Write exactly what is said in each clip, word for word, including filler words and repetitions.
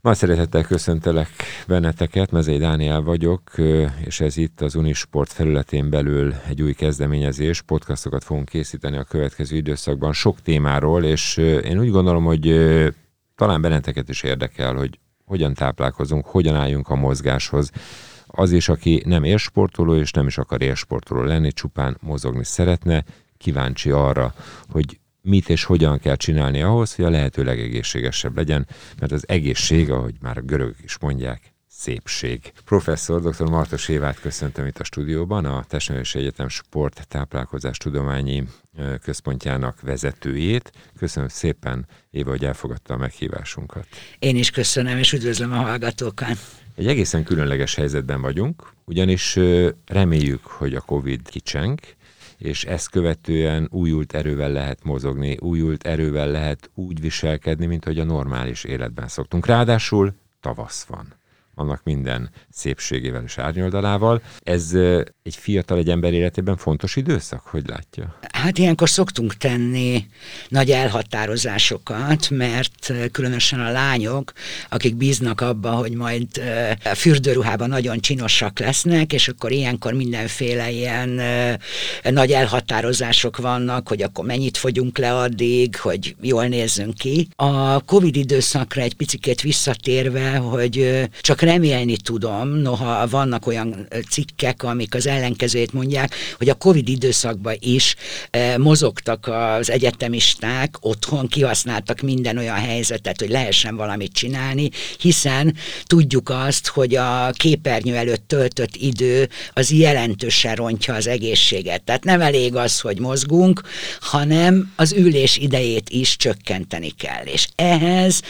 Nagy szeretettel köszöntelek benneteket, Mezei Dániel vagyok, és ez itt az Unisport felületén belül egy új kezdeményezés. Podcastokat fogunk készíteni a következő időszakban sok témáról, és én úgy gondolom, hogy talán benneteket is érdekel, hogy hogyan táplálkozunk, hogyan álljunk a mozgáshoz. Az is, aki nem élsportoló, és nem is akar élsportoló lenni, csupán mozogni szeretne, kíváncsi arra, hogy mit és hogyan kell csinálni ahhoz, hogy a lehető legegészségesebb legyen, mert az egészség, ahogy már a görögök is mondják, szépség. Professzor dr. Martos Évát köszöntöm itt a stúdióban, a Testnevelési Egyetem Sport Táplálkozás Tudományi Központjának vezetőjét. Köszönöm szépen, Éva, hogy elfogadta a meghívásunkat. Én is köszönöm, és üdvözlöm a hallgatókat. Egy egészen különleges helyzetben vagyunk, ugyanis reméljük, hogy a Covid kicseng, és ezt követően újult erővel lehet mozogni, újult erővel lehet úgy viselkedni, mint hogy a normális életben szoktunk. Ráadásul tavasz van. Annak minden szépségével és árnyoldalával. Ez egy fiatal, egy ember életében fontos időszak? Hogy látja? Hát ilyenkor szoktunk tenni nagy elhatározásokat, mert különösen a lányok, akik bíznak abba, hogy majd a fürdőruhában nagyon csinosak lesznek, és akkor ilyenkor mindenféle ilyen nagy elhatározások vannak, hogy akkor mennyit fogyunk le addig, hogy jól nézzünk ki. A Covid időszakra egy picikét visszatérve, hogy csak remélni tudom, noha vannak olyan cikkek, amik az ellenkezőjét mondják, hogy a Covid időszakban is e, mozogtak az egyetemisták, otthon kihasználtak minden olyan helyzetet, hogy lehessen valamit csinálni, hiszen tudjuk azt, hogy a képernyő előtt töltött idő az jelentősen rontja az egészséget. Tehát nem elég az, hogy mozgunk, hanem az ülés idejét is csökkenteni kell. És ehhez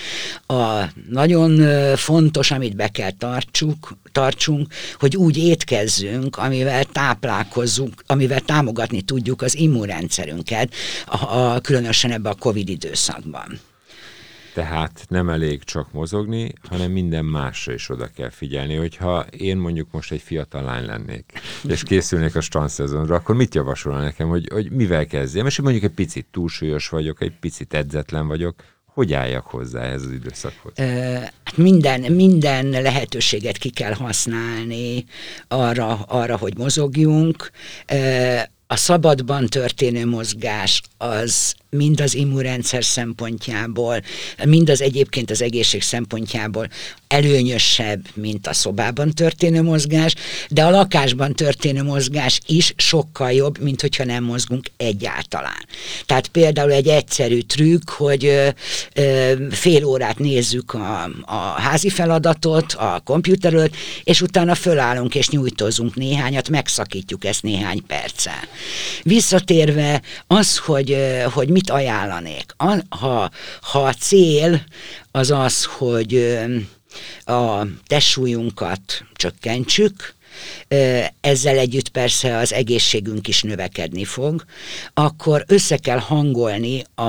a nagyon fontos, amit be kell tartsuk, tartsunk, hogy úgy étkezzünk, amivel táplálkozzunk, amivel támogatni tudjuk az immunrendszerünket, a, a, különösen ebben a Covid időszakban. Tehát nem elég csak mozogni, hanem minden másra is oda kell figyelni. Hogyha én mondjuk most egy fiatal lány lennék, és készülnék a strandszezonra, akkor mit javasolna nekem, hogy, hogy mivel kezdjem? És mondjuk egy picit túlsúlyos vagyok, egy picit edzetlen vagyok, hogy álljak hozzá ehhez az időszakhoz? Minden, minden lehetőséget ki kell használni arra, arra, hogy mozogjunk. A szabadban történő mozgás az mind az immunrendszer szempontjából, mind az egyébként az egészség szempontjából előnyösebb, mint a szobában történő mozgás, de a lakásban történő mozgás is sokkal jobb, mint hogyha nem mozgunk egyáltalán. Tehát például egy egyszerű trükk, hogy ö, ö, fél órát nézzük a, a házi feladatot a komputer előtt, és utána fölállunk és nyújtózunk néhányat, megszakítjuk ezt néhány perccel. Visszatérve az, hogy, hogy mit ajánlanék. Ha, ha a cél az az, hogy a testsúlyunkat csökkentsük, ezzel együtt persze az egészségünk is növekedni fog, akkor össze kell hangolni a,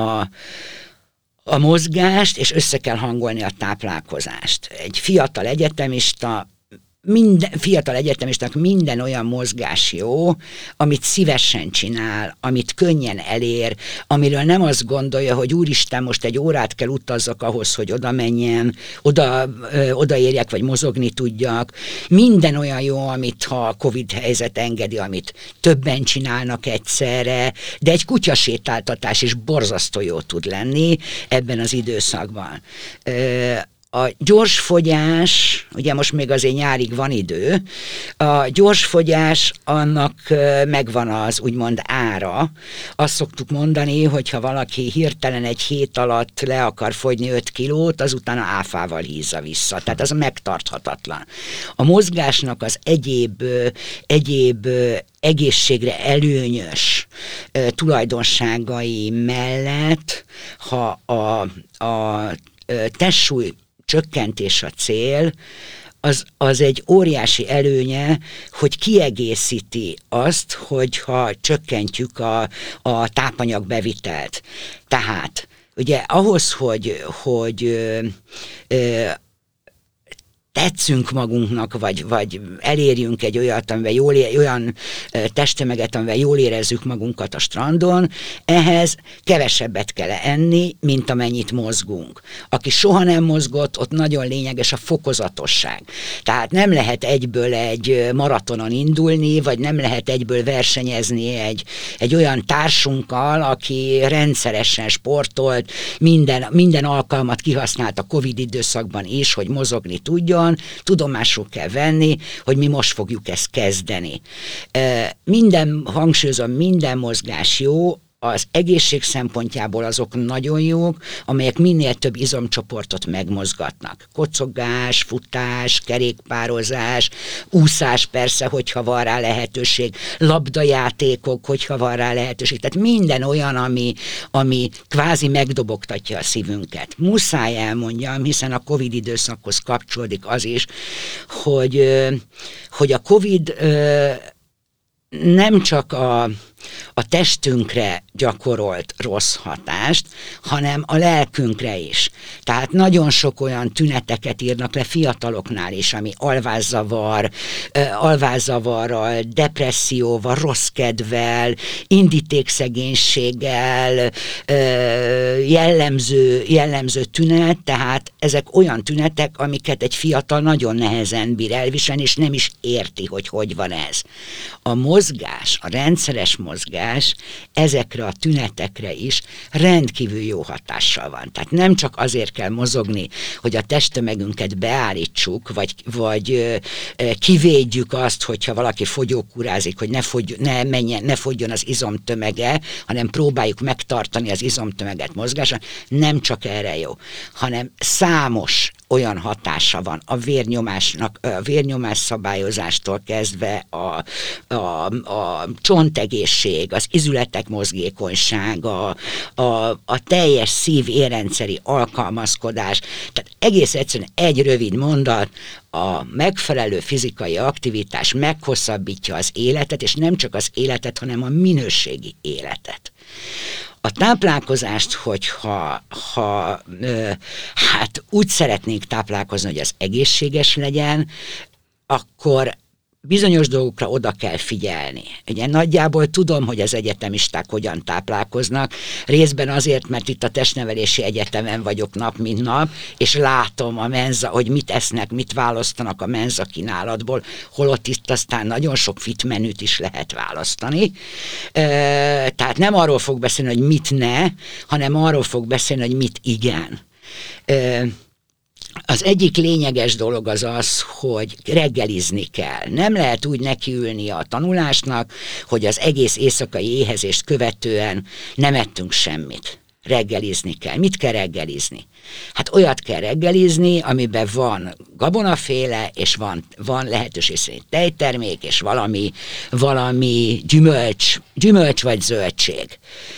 a mozgást, és össze kell hangolni a táplálkozást. Egy fiatal egyetemista Minden, fiatal egyetemistának minden olyan mozgás jó, amit szívesen csinál, amit könnyen elér, amiről nem azt gondolja, hogy úristen, most egy órát kell utazzak ahhoz, hogy oda menjen, oda, ö, odaérjek, vagy mozogni tudjak. Minden olyan jó, amit ha a Covid helyzet engedi, amit többen csinálnak egyszerre, de egy kutyasétáltatás is borzasztó jó tud lenni ebben az időszakban. Ö, A gyorsfogyás, ugye most még azért nyárig van idő, a gyorsfogyás annak megvan az úgymond ára. Azt szoktuk mondani, hogyha valaki hirtelen egy hét alatt le akar fogyni öt kilót, azután áfával hízza vissza. Tehát az megtarthatatlan. A mozgásnak az egyéb, egyéb egészségre előnyös tulajdonságai mellett, ha a, a testsúly csökkentés a cél, az, az egy óriási előnye, hogy kiegészíti azt, hogyha csökkentjük a, a tápanyagbevitelt. Tehát ugye ahhoz, hogy, hogy ö, ö, tetszünk magunknak, vagy, vagy elérjünk egy olyat, amivel jól ér, olyan testtömeget, amivel jól érezzük magunkat a strandon, ehhez kevesebbet kell enni, mint amennyit mozgunk. Aki soha nem mozgott, ott nagyon lényeges a fokozatosság. Tehát nem lehet egyből egy maratonon indulni, vagy nem lehet egyből versenyezni egy, egy olyan társunkkal, aki rendszeresen sportolt, minden, minden alkalmat kihasznált a Covid időszakban is, hogy mozogni tudjon. Tudomásul kell venni, hogy mi most fogjuk ezt kezdeni. Minden, hangsúlyozom, minden mozgás jó, az egészség szempontjából azok nagyon jók, amelyek minél több izomcsoportot megmozgatnak. Kocogás, futás, kerékpározás, úszás persze, hogyha van rá lehetőség, labdajátékok, hogyha van rá lehetőség. Tehát minden olyan, ami, ami kvázi megdobogtatja a szívünket. Muszáj elmondjam, hiszen a Covid időszakhoz kapcsolódik az is, hogy, hogy a Covid nem csak a, a testünkre gyakorolt rossz hatást, hanem a lelkünkre is. Tehát nagyon sok olyan tüneteket írnak le fiataloknál is, ami alvászavar, alvászavarral, depresszióval, rossz kedvel, indítékszegénységgel jellemző, jellemző tünet, tehát ezek olyan tünetek, amiket egy fiatal nagyon nehezen bír elviselni, és nem is érti, hogy hogy van ez. A mozgás, a rendszeres mozgás ezekre a tünetekre is rendkívül jó hatással van. Tehát nem csak azért kell mozogni, hogy a testtömegünket beállítsuk, vagy, vagy kivédjük azt, hogyha valaki fogyókúrázik, hogy ne, fogy, ne, menjen, ne fogyjon az izomtömege, hanem próbáljuk megtartani az izomtömeget mozgásra. Nem csak erre jó, hanem számos olyan hatása van a vérnyomásnak, a vérnyomás szabályozástól kezdve a, a, a csontegészség, az izületek mozgékonysága, a, a teljes szív-érrendszeri alkalmazkodás. Tehát egész egyszerűen egy rövid mondat, a megfelelő fizikai aktivitás meghosszabbítja az életet, és nem csak az életet, hanem a minőségi életet. A táplálkozást, hogyha ha, ö, hát úgy szeretnénk táplálkozni, hogy az egészséges legyen, akkor bizonyos dolgokra oda kell figyelni. Ugye nagyjából tudom, hogy az egyetemisták hogyan táplálkoznak, részben azért, mert itt a testnevelési egyetemen vagyok nap, mint nap, és látom a menza, hogy mit esznek, mit választanak a menza kínálatból, holott itt aztán nagyon sok fit menüt is lehet választani. Tehát nem arról fog beszélni, hogy mit ne, hanem arról fog beszélni, hogy mit igen. Az egyik lényeges dolog az az, hogy reggelizni kell. Nem lehet úgy nekiülni a tanulásnak, hogy az egész éjszakai éhezést követően nem ettünk semmit. Reggelizni kell. Mit kell reggelizni? Hát olyat kell reggelizni, amiben van gabonaféle, és van, van lehetőség szerint tejtermék, és valami, valami gyümölcs, gyümölcs vagy zöldség.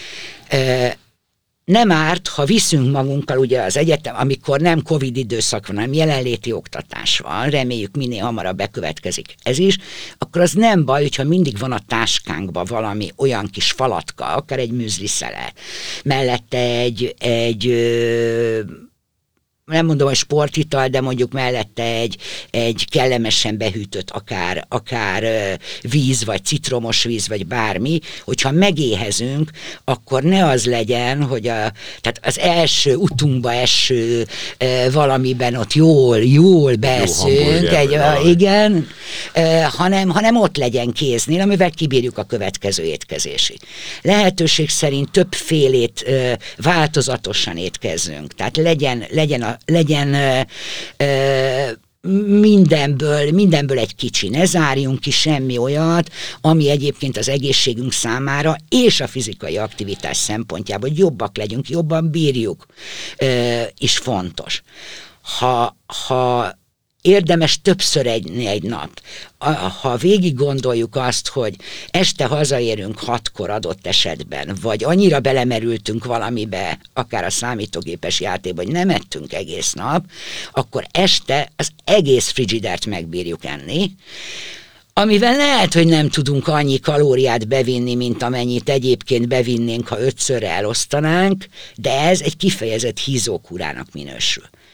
Nem árt, ha viszünk magunkkal ugye az egyetem, amikor nem Covid időszak van, hanem jelenléti oktatás van, reméljük minél hamarabb bekövetkezik ez is, akkor az nem baj, hogyha mindig van a táskánkban valami olyan kis falatka, akár egy műzliszelet, mellette egy, egy ö, nem mondom, hogy sportital, de mondjuk mellette egy, egy kellemesen behűtött akár, akár víz, vagy citromos víz, vagy bármi, hogyha megéhezünk, akkor ne az legyen, hogy a, tehát az első utunkba eső valamiben ott jól, jól beeszünk, egy, igen, hanem, hanem ott legyen kéznél, amivel kibírjuk a következő étkezésig. Lehetőség szerint többfélét változatosan étkezzünk, tehát legyen, legyen a legyen ö, ö, mindenből, mindenből egy kicsi, ne zárjunk ki semmi olyat, ami egyébként az egészségünk számára és a fizikai aktivitás szempontjából, hogy jobbak legyünk, jobban bírjuk, ö, is fontos. Ha, ha érdemes többször egy, egy nap. Ha végig gondoljuk azt, hogy este hazaérünk hatkor adott esetben, vagy annyira belemerültünk valamibe, akár a számítógépes játékba, hogy nem ettünk egész nap, akkor este az egész frigidert megbírjuk enni, amivel lehet, hogy nem tudunk annyi kalóriát bevinni, mint amennyit egyébként bevinnénk, ha ötszörre elosztanánk, de ez egy kifejezett hízókúrának minősül.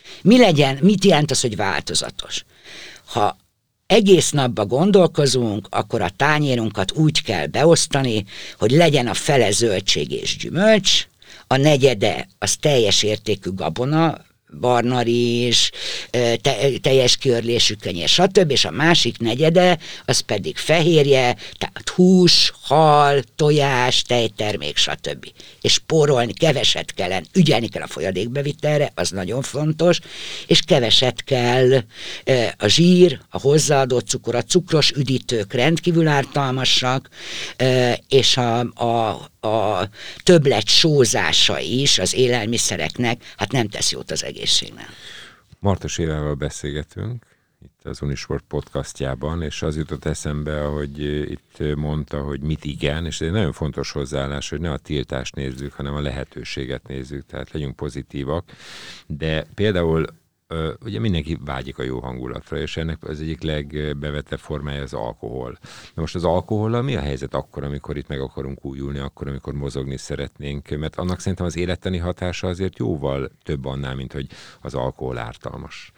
Mi legyen, mit jelent az, hogy változatos? Ha egész napban gondolkozunk, akkor a tányérunkat úgy kell beosztani, hogy legyen a fele zöldség és gyümölcs, a negyede az teljes értékű gabona, barna rizs, te, teljes kiörlésű kenyér, stb. És a másik negyede, az pedig fehérje, tehát hús, hal, tojás, tejtermék, stb. És spórolni keveset kell, ügyelni kell a folyadékbevitelre, az nagyon fontos, és keveset kell a zsír, a hozzáadott cukor, a cukros üdítők rendkívül ártalmasak, és a, a, a többlet sózása is az élelmiszereknek, hát nem tesz jót az egészségnek. Martos Évával beszélgetünk itt az Unisport podcastjában, és az jutott eszembe, hogy itt mondta, hogy mit igen, és ez egy nagyon fontos hozzáállás, hogy ne a tiltást nézzük, hanem a lehetőséget nézzük, tehát legyünk pozitívak, de például ugye mindenki vágyik a jó hangulatra, és ennek az egyik legbevetebb formája az alkohol. Na most az alkohollal mi a helyzet akkor, amikor itt meg akarunk újulni, akkor, amikor mozogni szeretnénk? Mert annak szerintem az élettani hatása azért jóval több annál, mint hogy az alkohol ártalmas.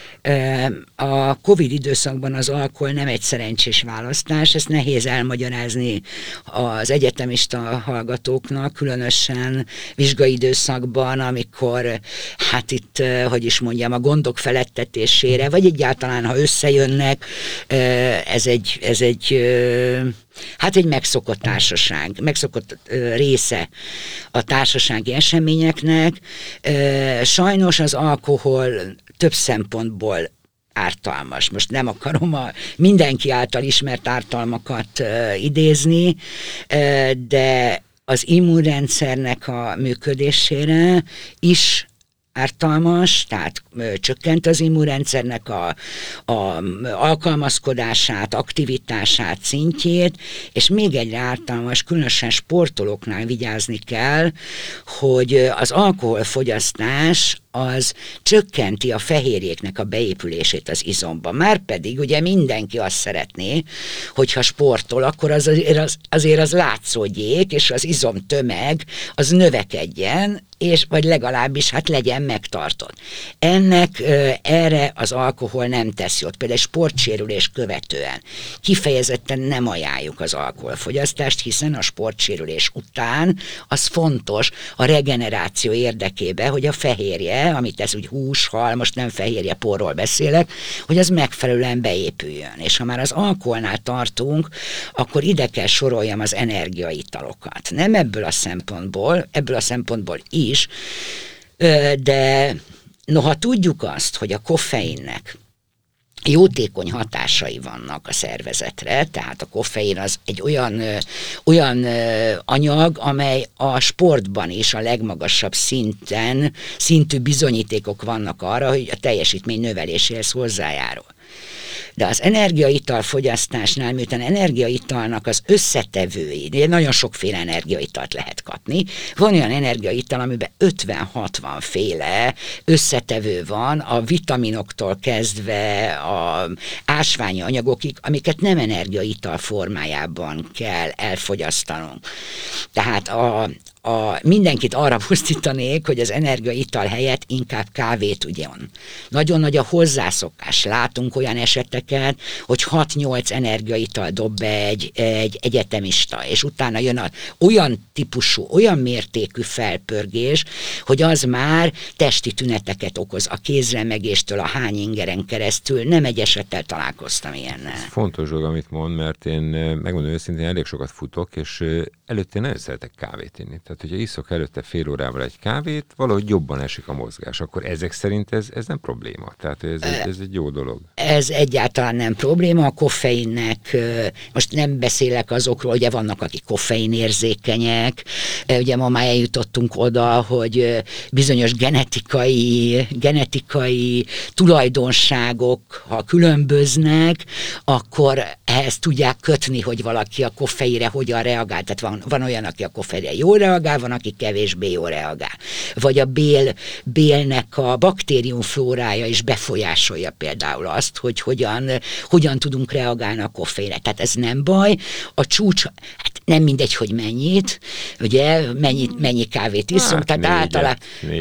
A Covid időszakban az alkohol nem egy szerencsés választás, ezt nehéz elmagyarázni az egyetemista hallgatóknak, különösen vizsgai időszakban, amikor, hát itt, hogy is mondjam, a gondok felettetésére, vagy egyáltalán, ha összejönnek, ez egy, ez egy hát egy megszokott társaság, megszokott része a társasági eseményeknek. Sajnos az alkohol több szempontból ártalmas. Most nem akarom a mindenki által ismert ártalmakat uh, idézni, uh, de az immunrendszernek a működésére is ártalmas, tehát ö, csökkent az immunrendszernek a, a alkalmazkodását, aktivitását, szintjét, és még egyre ártalmas, különösen sportolóknál vigyázni kell, hogy az alkoholfogyasztás az csökkenti a fehérjéknek a beépülését az izomba. Márpedig ugye mindenki azt szeretné, hogyha sportol, akkor az azért az, azért az látszódjék, és az izomtömeg az növekedjen, és vagy legalábbis hát legyen megtartott. Ennek ö, erre az alkohol nem tesz jót. Például sportsérülés követően kifejezetten nem ajánljuk az alkoholfogyasztást, hiszen a sportsérülés után az fontos a regeneráció érdekében, hogy a fehérje, amit ez úgy hús, hal, most nem fehérje, porról beszélek, hogy az megfelelően beépüljön. És ha már az alkoholnál tartunk, akkor ide kell soroljam az energiaitalokat. Nem ebből a szempontból, ebből a szempontból is, de noha tudjuk azt, hogy a koffeinnek jótékony hatásai vannak a szervezetre, tehát a koffein az egy olyan, ö, olyan ö, anyag, amely a sportban is a legmagasabb szinten, szintű bizonyítékok vannak arra, hogy a teljesítmény növeléséhez hozzájárul. De az energiaital fogyasztásnál, miután energiaitalnak az összetevői, nagyon sokféle energiaitalt lehet kapni, van olyan energiaital, amiben ötven-hatvan féle összetevő van, a vitaminoktól kezdve a ásványi anyagokig, amiket nem energiaital formájában kell elfogyasztanunk. Tehát a A, mindenkit arra buzdítanék, hogy az energiaital helyett inkább kávét ugyan. Nagyon nagy a hozzászokás. Látunk olyan eseteket, hogy hat-nyolc energiaital dob be egy, egy egyetemista, és utána jön a, olyan típusú, olyan mértékű felpörgés, hogy az már testi tüneteket okoz a kézremegéstől, a hányingeren keresztül. Nem egy esettel találkoztam ilyennel. Ez fontos dolog, amit mond, mert én megmondom őszintén, elég sokat futok, és előtte nagyon szeretek kávét inni. Tehát, hogyha iszok előtte fél órával egy kávét, valahogy jobban esik a mozgás. Akkor ezek szerint ez, ez nem probléma. Tehát ez, ez egy jó dolog. Ez egyáltalán nem probléma. A koffeinnek, most nem beszélek azokról, ugye vannak, akik koffeinérzékenyek. Ugye ma már eljutottunk oda, hogy bizonyos genetikai, genetikai tulajdonságok, ha különböznek, akkor ehhez tudják kötni, hogy valaki a koffeinre hogyan reagál. Tehát van, van olyan, aki a koffeinre jól reagál, van, aki kevésbé jól reagál. Vagy a bél, bélnek a baktériumflórája is befolyásolja például azt, hogy hogyan hogyan, hogyan tudunk reagálni a koffeinre. Tehát ez nem baj. A csúcs, hát nem mindegy, hogy mennyit, ugye, mennyi, mennyi kávét iszunk, hát tehát általában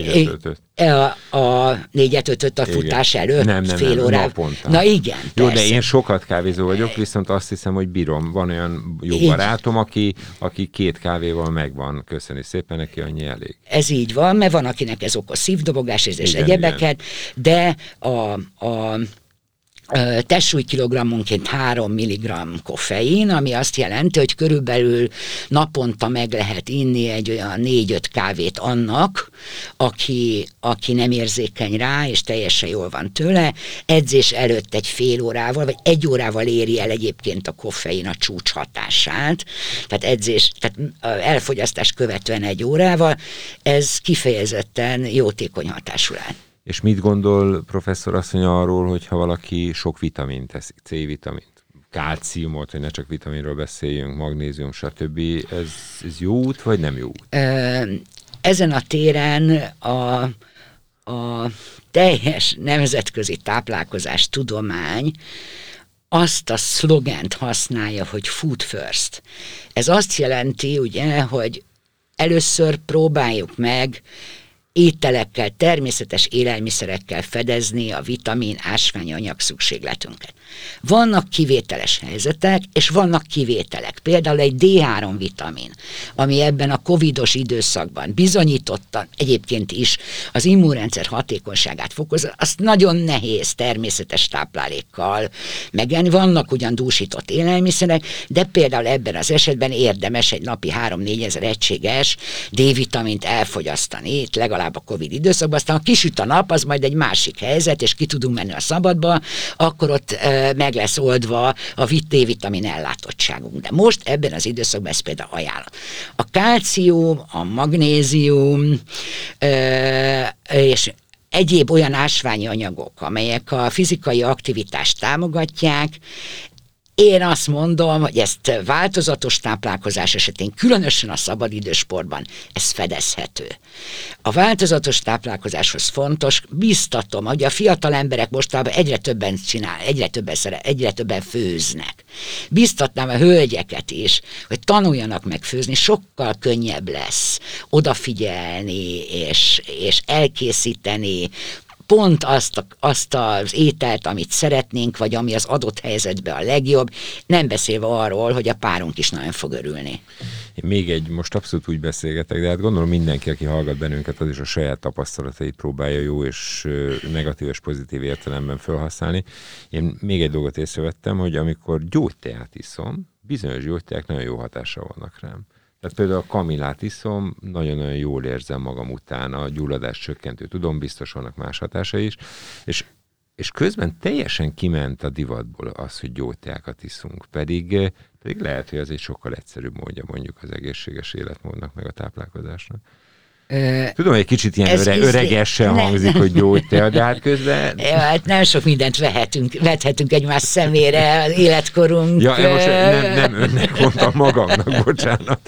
a, a négyet, ötöt a futás igen. előtt, nem, nem, fél nem, órával. naponta. Na igen, jó, persze. de én sokat kávézó vagyok, viszont azt hiszem, hogy bírom. Van olyan jó így. barátom, aki, aki két kávéval megvan. Köszöni szépen, neki annyi elég. Ez így van, mert van, akinek ez okoz szívdobogás és igen, egyebeket, igen. de a, a testsúly kilogrammonként három milligramm koffein, ami azt jelenti, hogy körülbelül naponta meg lehet inni egy olyan négy-öt kávét annak, aki, aki nem érzékeny rá, és teljesen jól van tőle. Edzés előtt egy fél órával, vagy egy órával éri el egyébként a koffein a csúcs hatását, tehát edzés, tehát elfogyasztás követően egy órával, ez kifejezetten jótékony hatású lehet. És mit gondol professzor asszony arról, hogyha valaki sok vitamint teszik, C-vitamint, kálciumot, hogy ne csak vitaminról beszéljünk, magnézium, stb. Ez, ez jó út, vagy nem jó út? Ezen a téren a, a teljes nemzetközi táplálkozás tudomány azt a szlogent használja, hogy food first. Ez azt jelenti, ugye, hogy először próbáljuk meg ételekkel, természetes élelmiszerekkel fedezni a vitamin, ásványanyag szükségletünket. Vannak kivételes helyzetek, és vannak kivételek. Például egy dé három vitamin, ami ebben a covidos időszakban bizonyítottan egyébként is az immunrendszer hatékonyságát fokozza, azt nagyon nehéz természetes táplálékkal megenni. Vannak ugyan dúsított élelmiszerek, de például ebben az esetben érdemes egy napi három-négy ezer egységes D-vitamint elfogyasztani, itt legalább a Covid időszakban, aztán ha kisüt a nap, az majd egy másik helyzet, és ki tudunk menni a szabadba, akkor ott e, meg lesz oldva a D-vitamin ellátottságunk. De most ebben az időszakban ez például ajánlat. A kálcium, a magnézium e, és egyéb olyan ásványi anyagok, amelyek a fizikai aktivitást támogatják, én azt mondom, hogy ezt változatos táplálkozás esetén, különösen a szabadidősportban, ez fedezhető. A változatos táplálkozáshoz fontos, biztatom, hogy a fiatal emberek mostában egyre többen csinál, egyre többen, szere, egyre többen főznek. Biztatnám a hölgyeket is, hogy tanuljanak meg főzni, sokkal könnyebb lesz odafigyelni és, és elkészíteni pont azt, a, azt az ételt, amit szeretnénk, vagy ami az adott helyzetben a legjobb, nem beszélve arról, hogy a párunk is nagyon fog örülni. Én még egy, most abszolút úgy beszélgetek, de hát gondolom mindenki, aki hallgat bennünket, az is a saját tapasztalatait próbálja jó és negatív és pozitív értelemben felhasználni. Én még egy dolgot észrevettem, hogy amikor gyógyteát iszom, bizonyos gyógyteák nagyon jó hatással vannak rám. Tehát például a kamillát iszom, nagyon-nagyon jól érzem magam utána, a gyulladás csökkentő, tudom, biztos vannak más hatásai is, és, és közben teljesen kiment a divatból az, hogy gyógyteákat iszunk, pedig, pedig lehet, hogy ez egy sokkal egyszerűbb módja mondjuk az egészséges életmódnak, meg a táplálkozásnak. Tudom, egy kicsit ilyen öre, öregesen hangzik, hogy gyógytea, de hát közben... Ja, hát nem sok mindent vehetünk, vethetünk egymás szemére, az életkorunk... Ja, most nem, nem önnek mondtam, magamnak, bocsánat.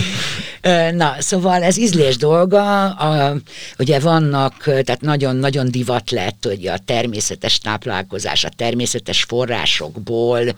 Na, szóval ez ízlés dolga, a, ugye vannak, tehát nagyon-nagyon divat lett, hogy a természetes táplálkozás, a természetes forrásokból ö,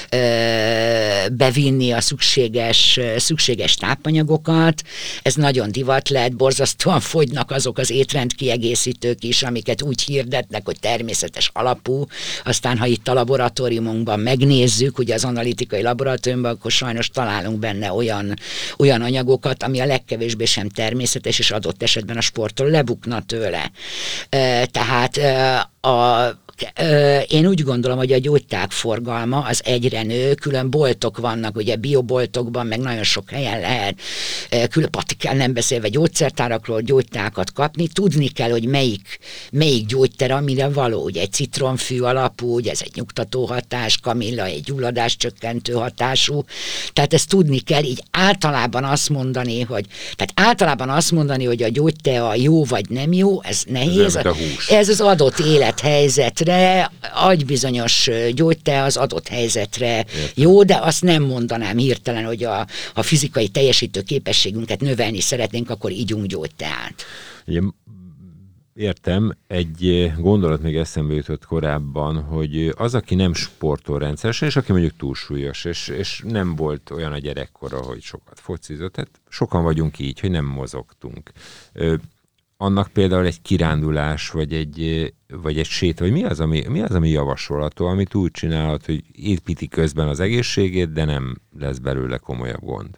bevinni a szükséges, szükséges tápanyagokat, ez nagyon divat lett, borzasztóan fogynak azok az étrendkiegészítők is, amiket úgy hirdetnek, hogy természetes alapú, aztán ha itt a laboratóriumunkban megnézzük, ugye az analitikai laboratóriumban, akkor sajnos találunk benne olyan, olyan anyagokat, ami a legkevésbé sem természetes, és adott esetben a sporttól lebukna tőle. Tehát a én úgy gondolom, hogy a gyógyteák forgalma az egyre nő, külön boltok vannak, ugye bioboltokban, meg nagyon sok helyen lehet, külön patikán nem beszélve gyógyszertárakról gyógyteákat kapni, tudni kell, hogy melyik, melyik gyógyszer, amire való, ugye egy citronfű alapú, ugye ez egy nyugtató hatás, kamilla egy gyulladás csökkentő hatású, tehát ezt tudni kell, így általában azt mondani, hogy, tehát általában azt mondani, hogy a gyógytea jó vagy nem jó, ez nehéz, ez, ez az adott élethelyzet, adj bizonyos gyógytea az adott helyzetre jó, de azt nem mondanám hirtelen, hogy a, a fizikai teljesítő képességünket növelni szeretnénk, akkor ígyunk gyógyteát. Ugye, Értem, egy gondolat még eszembe jutott korábban, hogy az, aki nem sportol rendszeresen, és aki mondjuk túlsúlyos, és, és nem volt olyan a gyerekkora, hogy sokat focizott, tehát sokan vagyunk így, hogy nem mozogtunk. Ö, annak például egy kirándulás, vagy egy, vagy egy sét, vagy mi az, ami, mi az, ami javasolható, amit úgy csinálhat, hogy építi közben az egészségét, de nem lesz belőle komolyabb gond.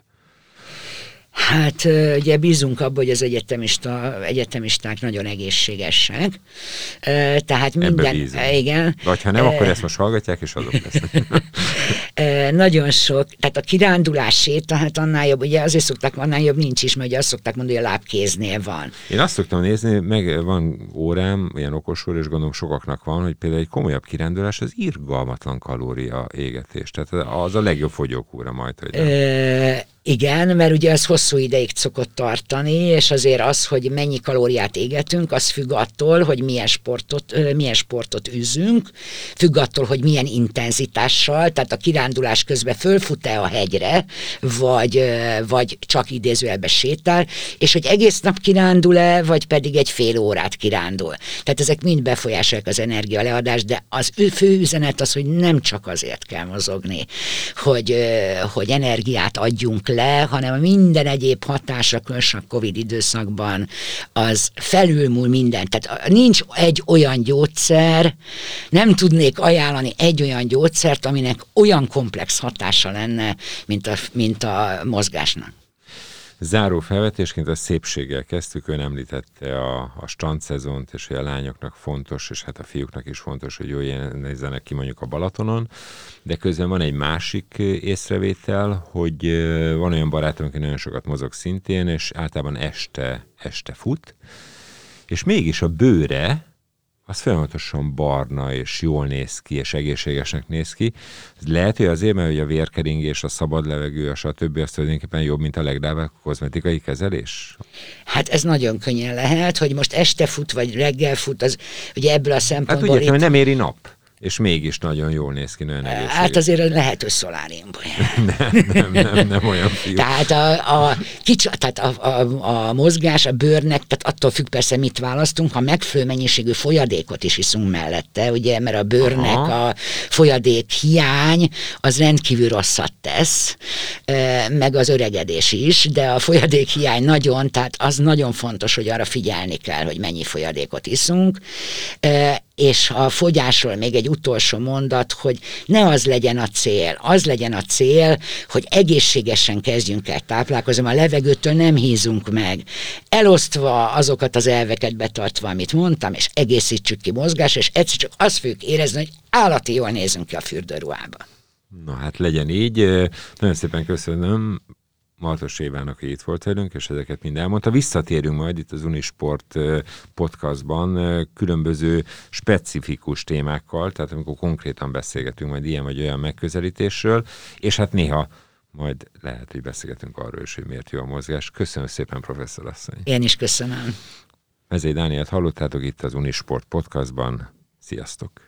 Hát ugye bízunk abban, hogy az egyetemista, egyetemisták nagyon egészségesek. Tehát minden... Igen. Vagy ha nem, akkor ezt most hallgatják, és azok lesznek. Nagyon sok, tehát a kirándulás séta, hát annál jobb, ugye azért szokták, annál jobb nincs is, mert ugye azt szokták mondani, hogy a lábkéznél van. Én azt szoktam nézni, meg van órám, ilyen okos óra, és gondolom sokaknak van, hogy például egy komolyabb kirándulás az irgalmatlan kalória égetés. Tehát az a legjobb fogyókúra majd, hogy nem. Igen, mert ugye az hosszú ideig szokott tartani, és azért az, hogy mennyi kalóriát égetünk, az függ attól, hogy milyen sportot, milyen sportot űzünk, függ attól, hogy milyen intenzitással, tehát a kirándulás közben fölfut-e a hegyre, vagy, vagy csak idézőjelben sétál, és hogy egész nap kirándul-e, vagy pedig egy fél órát kirándul. Tehát ezek mind befolyásolják az energialeadást, de az fő üzenet az, hogy nem csak azért kell mozogni, hogy, hogy energiát adjunk le, hanem minden egyéb hatásra, különösen a Covid időszakban az felülmúl minden. Tehát nincs egy olyan gyógyszer, nem tudnék ajánlani egy olyan gyógyszert, aminek olyan komplex hatása lenne, mint a, mint a mozgásnak. Záró felvetésként a szépséggel kezdtük, ön említette a, a strandszezont, és hogy a lányoknak fontos, és hát a fiúknak is fontos, hogy jól nézzenek ki mondjuk a Balatonon, de közben van egy másik észrevétel, hogy van olyan barátom, aki nagyon sokat mozog szintén, és általában este, este fut, és mégis a bőre az folyamatosan barna, és jól néz ki, és egészségesnek néz ki. Lehet, hogy azért, mert hogy a vérkeringés, a szabad levegő, a stb. Az tulajdonképpen jobb, mint a legdrágább kozmetikai kezelés? Hát ez nagyon könnyen lehet, hogy most este fut, vagy reggel fut, az ugye ebből a szempontból... Hát ugye, itt... hogy nem éri nap. És mégis nagyon jól néz ki, nagyon egészséges. Hát azért lehet, hogy szoláriumban. nem, nem, nem, nem olyan fiú. Tehát, a, a, kicsi, tehát a, a, a mozgás, a bőrnek, tehát attól függ persze, mit választunk, ha megfelelő mennyiségű folyadékot is iszunk mellette, ugye, mert a bőrnek Aha. a folyadék hiány az rendkívül rosszat tesz, meg az öregedés is, de a folyadék hiány nagyon, tehát az nagyon fontos, hogy arra figyelni kell, hogy mennyi folyadékot iszunk, és a fogyásról még egy utolsó mondat, hogy ne az legyen a cél, az legyen a cél, hogy egészségesen kezdjünk el táplálkozni, a levegőtől nem hízunk meg. Elosztva azokat az elveket betartva, amit mondtam, és egészítsük ki mozgás, és egyszer csak azt fogjuk érezni, hogy állati jól nézünk ki a fürdőruhába. Na hát legyen így. Nagyon szépen köszönöm Martos Évának, hogy itt volt velünk, és ezeket mind elmondta. Visszatérünk majd itt az Unisport podcastban különböző specifikus témákkal, tehát amikor konkrétan beszélgetünk majd ilyen vagy olyan megközelítésről, és hát néha majd lehet, hogy beszélgetünk arról is, hogy miért jó a mozgás. Köszönöm szépen, professzor asszony. Én is köszönöm. Mezei Dánielt hallottátok itt az Unisport podcastban. Sziasztok!